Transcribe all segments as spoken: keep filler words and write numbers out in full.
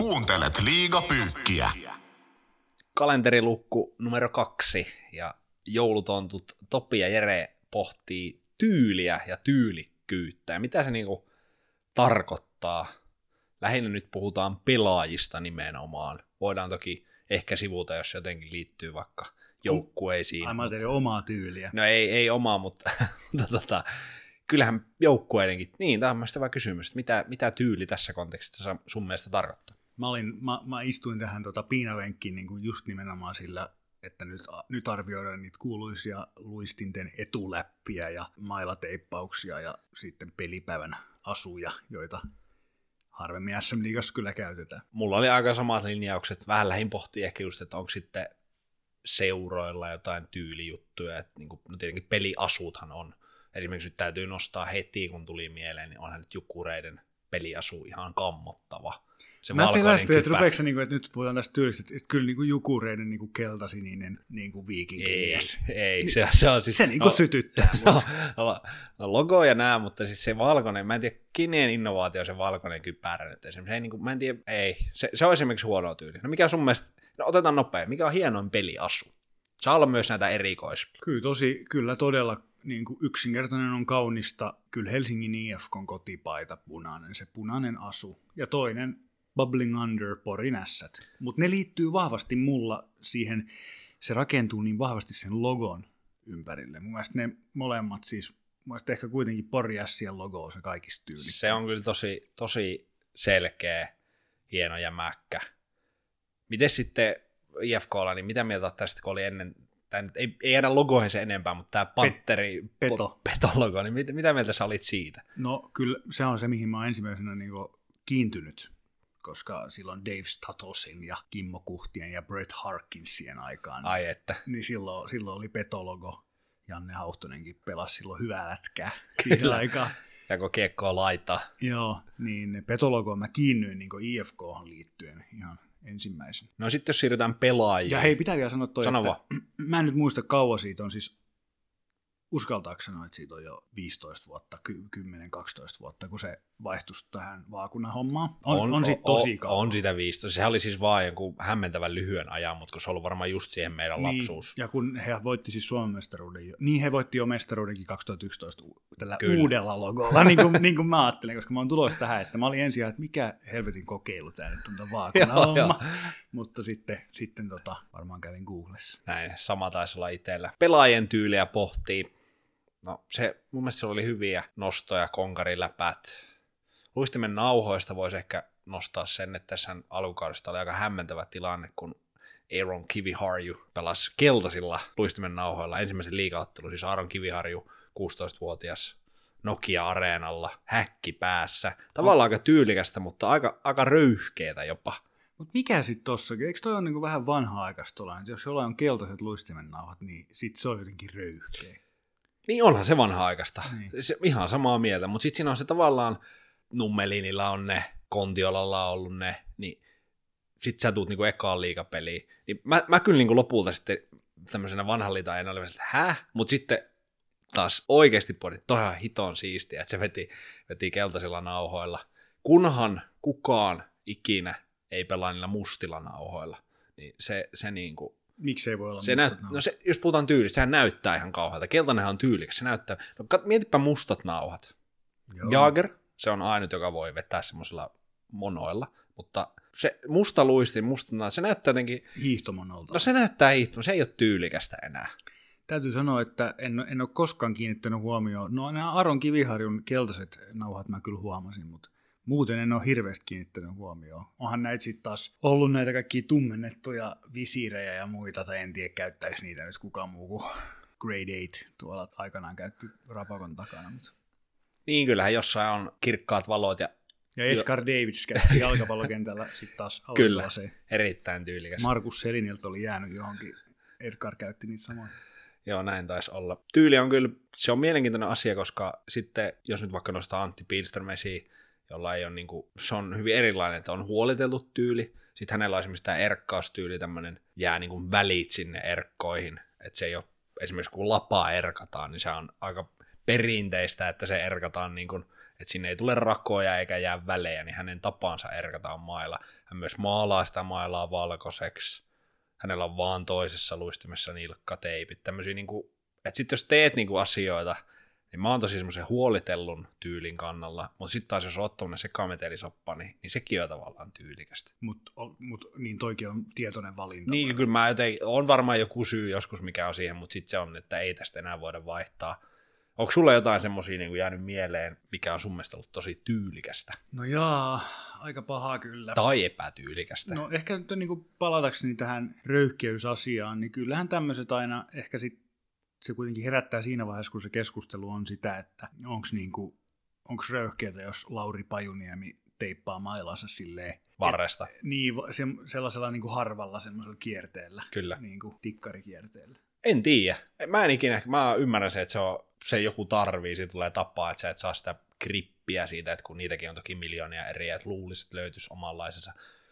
Kuuntelet Liigapyykkiä. Kalenterilukku numero kaksi ja joulutontut Topi ja Jere pohtii tyyliä ja tyylikkyyttä ja mitä se niinku tarkoittaa. Lähinnä nyt puhutaan pelaajista nimenomaan. Voidaan toki ehkä sivuta, jos jotenkin liittyy vaikka joukkueisiin. Ai mä tein omaa tyyliä. No ei, ei omaa, mutta tota, kyllähän joukkueidenkin. Niin, tämä on myös hyvä kysymys. Mitä, mitä tyyli tässä kontekstissa sun mielestä tarkoittaa? Mä, olin, mä, mä istuin tähän tota piinavenkkiin niin kuin just nimenomaan sillä, että nyt, nyt arvioidaan niitä kuuluisia luistinten etuläppiä ja mailateippauksia ja sitten pelipäivän asuja, joita harvemmin S M-liigassa kyllä käytetään. Mulla oli aika samat linjaukset. Vähän lähin pohtii ehkä just, että onko sitten seuroilla jotain tyylijuttuja. Että niin kuin, no tietenkin peliasuthan on. Esimerkiksi nyt täytyy nostaa heti, kun tuli mieleen, niin onhan nyt Jukureiden peliasu ihan kammottava. Se mä pelästyin, että rupeeko niinku, että nyt puhutaan tästä tyylistä, että, että kyllä niinku Jukureiden niinku keltasininen niinku viikinkimies. Ei, ei se, se on siis... Se niinku no, sytyttää. No, no, no logo ja nää, mutta siis se valkoinen, mä en tiedä, kineen innovaatio se valkoinen kypärä nyt esimerkiksi. Ei, niinku, mä en tiedä, ei, se, se on esimerkiksi huono tyyli. No mikä on sun mielestä, no otetaan nopea, mikä on hienoin peliasu? Saa olla myös näitä erikois. Kyllä tosi, kyllä todella niin kuin yksinkertainen on kaunista. Kyllä Helsingin I F K:n kotipaita punainen, se punainen asu. Ja toinen Bubbling Under Porin ässät. Mutta ne liittyy vahvasti mulla siihen, se rakentuu niin vahvasti sen logon ympärille. Mun mielestä ne molemmat siis, mun mielestä ehkä kuitenkin Pori ässien logo on se kaikista tyylikkää. Se on kyllä tosi, tosi selkeä, hieno ja mäkkä. Miten sitten I F K:lla, niin mitä mieltä tästä, kun oli ennen, tämä nyt ei, ei jäädä logoihin se enempää, mutta tämä Pantteri Peto. Peto-logo, niin mit, mitä mieltä sä olit siitä? No kyllä se on se, mihin mä oon ensimmäisenä niin kuin kiintynyt, koska silloin Dave Statosin ja Kimmo Kuhtien ja Bret Harkinsien aikaan. Ai että. Niin silloin, silloin oli Peto-logo. Janne Hauhtonenkin pelasi silloin hyvää lätkää siihen aikaan. Ja kun kiekkoa laitaa. Joo, niin Peto-logoon mä kiinnyin niin I F K:hon liittyen ihan ensimmäisen. No sitten jos siirrytään pelaajiin. Ja hei, pitää vielä sanoa toi, Sano että vaan. mä en nyt muista kauan siitä on siis, uskaltaako sanoa, että siitä on jo viisitoista vuotta, kymmenen kaksitoista vuotta, kun se vaihtui tähän vaakunahommaan. On, on, on siitä tosi kauan. On sitä viisitoista. Sehän oli siis vaan joku hämmentävän lyhyen ajan, mutta kun se on ollut varmaan just siihen meidän niin, lapsuus. Ja kun he voitti siis Suomen mestaruuden jo, niin he voitti jo mestaruudenkin kaksituhattayksitoista tällä Kyllä. uudella logolla, niin kuin, niin kuin mä ajattelin, koska mä oon tulossa tähän, että mä olin ensin, että mikä helvetin kokeilu tämä nyt on vaakunahomma, mutta sitten, sitten tota, varmaan kävin Googlessa. Näin, sama taisi olla itsellä. Pelaajien tyyliä pohtii. No se, mun mielestä se oli hyviä nostoja, konkariläpät. Luistimen nauhoista voisi ehkä nostaa sen, että tässä alkukaudesta oli aika hämmentävä tilanne, kun Aaron Kiviharju pelasi keltaisilla luistimen nauhoilla ensimmäisen liigaottelun, siis Aaron Kiviharju, kuusitoistavuotias Nokia-areenalla, häkki päässä. Tavallaan aika tyylikästä, mutta aika, aika röyhkeetä jopa. Mutta mikä sitten tossakin? Eikö toi ole niinku vähän vanha-aikaista olla, että jos jollain on keltaiset luistimen nauhat, niin sit se on jotenkin röyhkeä. Niin onhan se vanha-aikaista. Niin. Se, ihan samaa mieltä, mutta sitten siinä on se tavallaan, Nummelinilla on ne, Kontiolalla on ollut ne, niin sitten sä tuut niinku ekaan liigapeliin. Niin mä, mä kyllä niinku lopulta sitten tämmöisenä vanhan liitan olin, että häh? Mutta sitten taas oikeasti pohdin, toi on hiton siistiä, että se veti, veti keltaisilla nauhoilla. Kunhan kukaan ikinä ei pelaa niillä mustilla nauhoilla, niin se, se niinku... Miksi ei voi olla se mustat näyt, nauhat? no se, jos puhutaan tyylistä, sehän näyttää ihan kauhealta. Keltainenhan on tyylikäs, se näyttää... No kat, mietipä mustat nauhat. Joo. Jaager, se on ainut, joka voi vetää semmoisilla monoilla, mutta se musta luistin, musta nauhat, se näyttää jotenkin... Hiihtomonolta. No se näyttää hiihtomonolta, se ei ole tyylikästä enää. Täytyy sanoa, että en, en ole koskaan kiinnittänyt huomioon. No nämä Aron Kiviharjun keltaiset nauhat mä kyllä huomasin, mutta muuten en ole hirveästi kiinnittänyt huomioon. Onhan näitä sitten taas ollut näitä kaikkia tummennettuja visiirejä ja muita, tai en tiedä käyttäisi niitä nyt kukaan muu kuin Grade eight tuolla aikanaan käytti Rapakon takana. Mutta. Niin kyllähän jossain on kirkkaat valot ja... Ja Edgar Davids käytti jalkapallokentällä sitten taas Kyllä, aurinkolaseen. erittäin tyylikäs. Markus Seliniltä oli jäänyt johonkin, Edgar käytti niitä samoja. Joo, näin taisi olla. Tyyli on kyllä, se on mielenkiintoinen asia, koska sitten, jos nyt vaikka nostaa Antti Pilström esiin, jolla ei ole niin kuin, se on hyvin erilainen, että on huoliteltu tyyli. Sitten hänellä on esimerkiksi tämä erkkaustyyli, tämmöinen jää niin kuin välit sinne erkkoihin, että se ei ole, esimerkiksi kun lapaa erkataan, niin se on aika perinteistä, että se erkataan niin kuin, että sinne ei tule rakoja eikä jää välejä, niin hänen tapansa erkataan mailla. Hän myös maalaa sitä mailaa valkoiseksi. Hänellä on vaan toisessa luistimessa nilkkateipit. Tämmöisiä, niin kuin, että sitten jos teet niin kuin asioita, niin mä oon tosi semmoisen huolitellun tyylin kannalla, mutta sitten taas jos oot tommoinen sekametelisoppa, niin, niin sekin on tavallaan tyylikästä. Mutta mut, niin toikin on tietoinen valinta. Niin, kyllä mä joten, on varmaan joku syy joskus, mikä on siihen, mutta sitten se on, että ei tästä enää voida vaihtaa. Onko sulla jotain semmosia niin kuin jäänyt mieleen, mikä on sun mielestä ollut tosi tyylikästä? No jaa, aika paha kyllä. Tai epätyylikästä. No ehkä nyt niin kuin palatakseni tähän röyhkeysasiaan, niin kyllähän tämmöiset aina ehkä sit se kuitenkin herättää siinä vaiheessa, kun se keskustelu on sitä, että onko niinku, röyhkeätä, jos Lauri Pajuniemi teippaa mailansa silleen varresta. Et, niin, se, sellaisella niinku harvalla semmoisella kierteellä. Kyllä. Niinku tikkarikierteellä. En tiedä. Mä en ikinä, mä ymmärrän se, että se, on, se joku tarvii, siitä tulee tapaa, että sä et saa sitä grippiä siitä, että kun niitäkin on toki miljoonia eriä, että luulisi, että löytyisi omanlaisensa.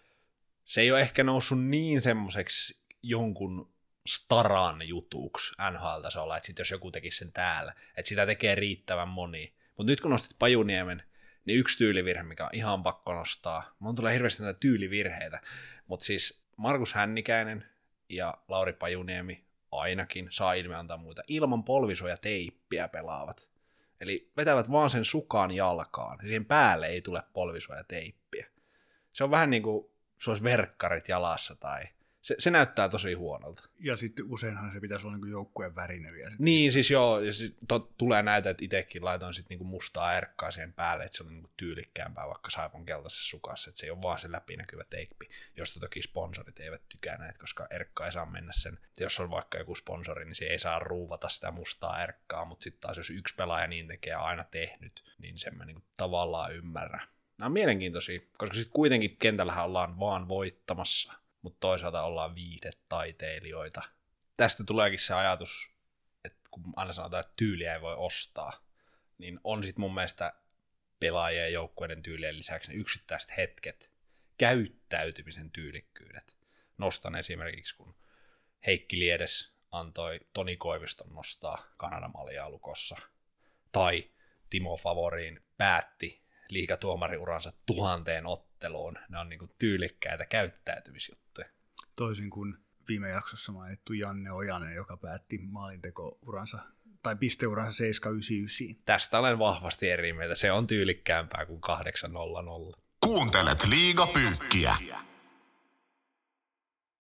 Se ei ole ehkä noussut niin semmoiseksi jonkun staran jutuksi N H L-tasolla, että sit jos joku tekisi sen täällä, että sitä tekee riittävän moni. Mutta nyt kun nostit Pajuniemen, niin yksi tyylivirhe, mikä on ihan pakko nostaa. Mun tulee hirveästi näitä tyylivirheitä, mutta siis Markus Hännikäinen ja Lauri Pajuniemi ainakin saa ilmeantaa muita. Ilman polvisuoja teippiä pelaavat. Eli vetävät vaan sen sukan jalkaan. Siihen päälle ei tule polvisuoja teippiä. Se on vähän niin kuin se olisi verkkarit jalassa tai Se, se näyttää tosi huonolta. Ja sitten useinhan se pitäisi olla niin joukkueen värinen vielä. Niin, siis joo, ja sit to, tulee näitä, että itsekin laitoin sit niinku mustaa erkkaa siihen päälle, että se on niinku tyylikkäämpää vaikka Saipon keltaisessa sukassa, että se ei ole vaan se läpinäkyvä teippi, josta toki sponsorit eivät tykää näitä, koska erkka ei saa mennä sen. Jos on vaikka joku sponsori, niin se ei saa ruuvata sitä mustaa erkkaa, mutta sitten taas jos yksi pelaaja niin tekee aina tehnyt, niin sen mä niinku tavallaan ymmärrän. Nämä on mielenkiintoisia, koska sitten kuitenkin kentällähän ollaan vaan voittamassa, mutta toisaalta ollaan viihdetaiteilijoita. Tästä tuleekin se ajatus, että kun aina sanotaan, että tyyliä ei voi ostaa, niin on sitten mun mielestä pelaajien ja joukkueiden tyylien lisäksi ne yksittäiset hetket, käyttäytymisen tyylikkyydet. Nostan esimerkiksi, kun Heikki Liedes antoi Toni Koiviston nostaa Kanadan maljaa lukossa, tai Timo Favorin päätti liigatuomariuransa tuhanteen otteluun. Ne on niinku tyylikkäitä käyttäytymisjuttuja. Toisin kuin viime jaksossa mainittu Janne Ojanen, joka päätti maalinteko-uransa tai pisteuransa seitsemän yhdeksänkymmentäyhdeksän. Tästä olen vahvasti eri mieltä. Se on tyylikkäämpää kuin kahdeksan nolla nolla. Kuuntelet Liigapyykkiä.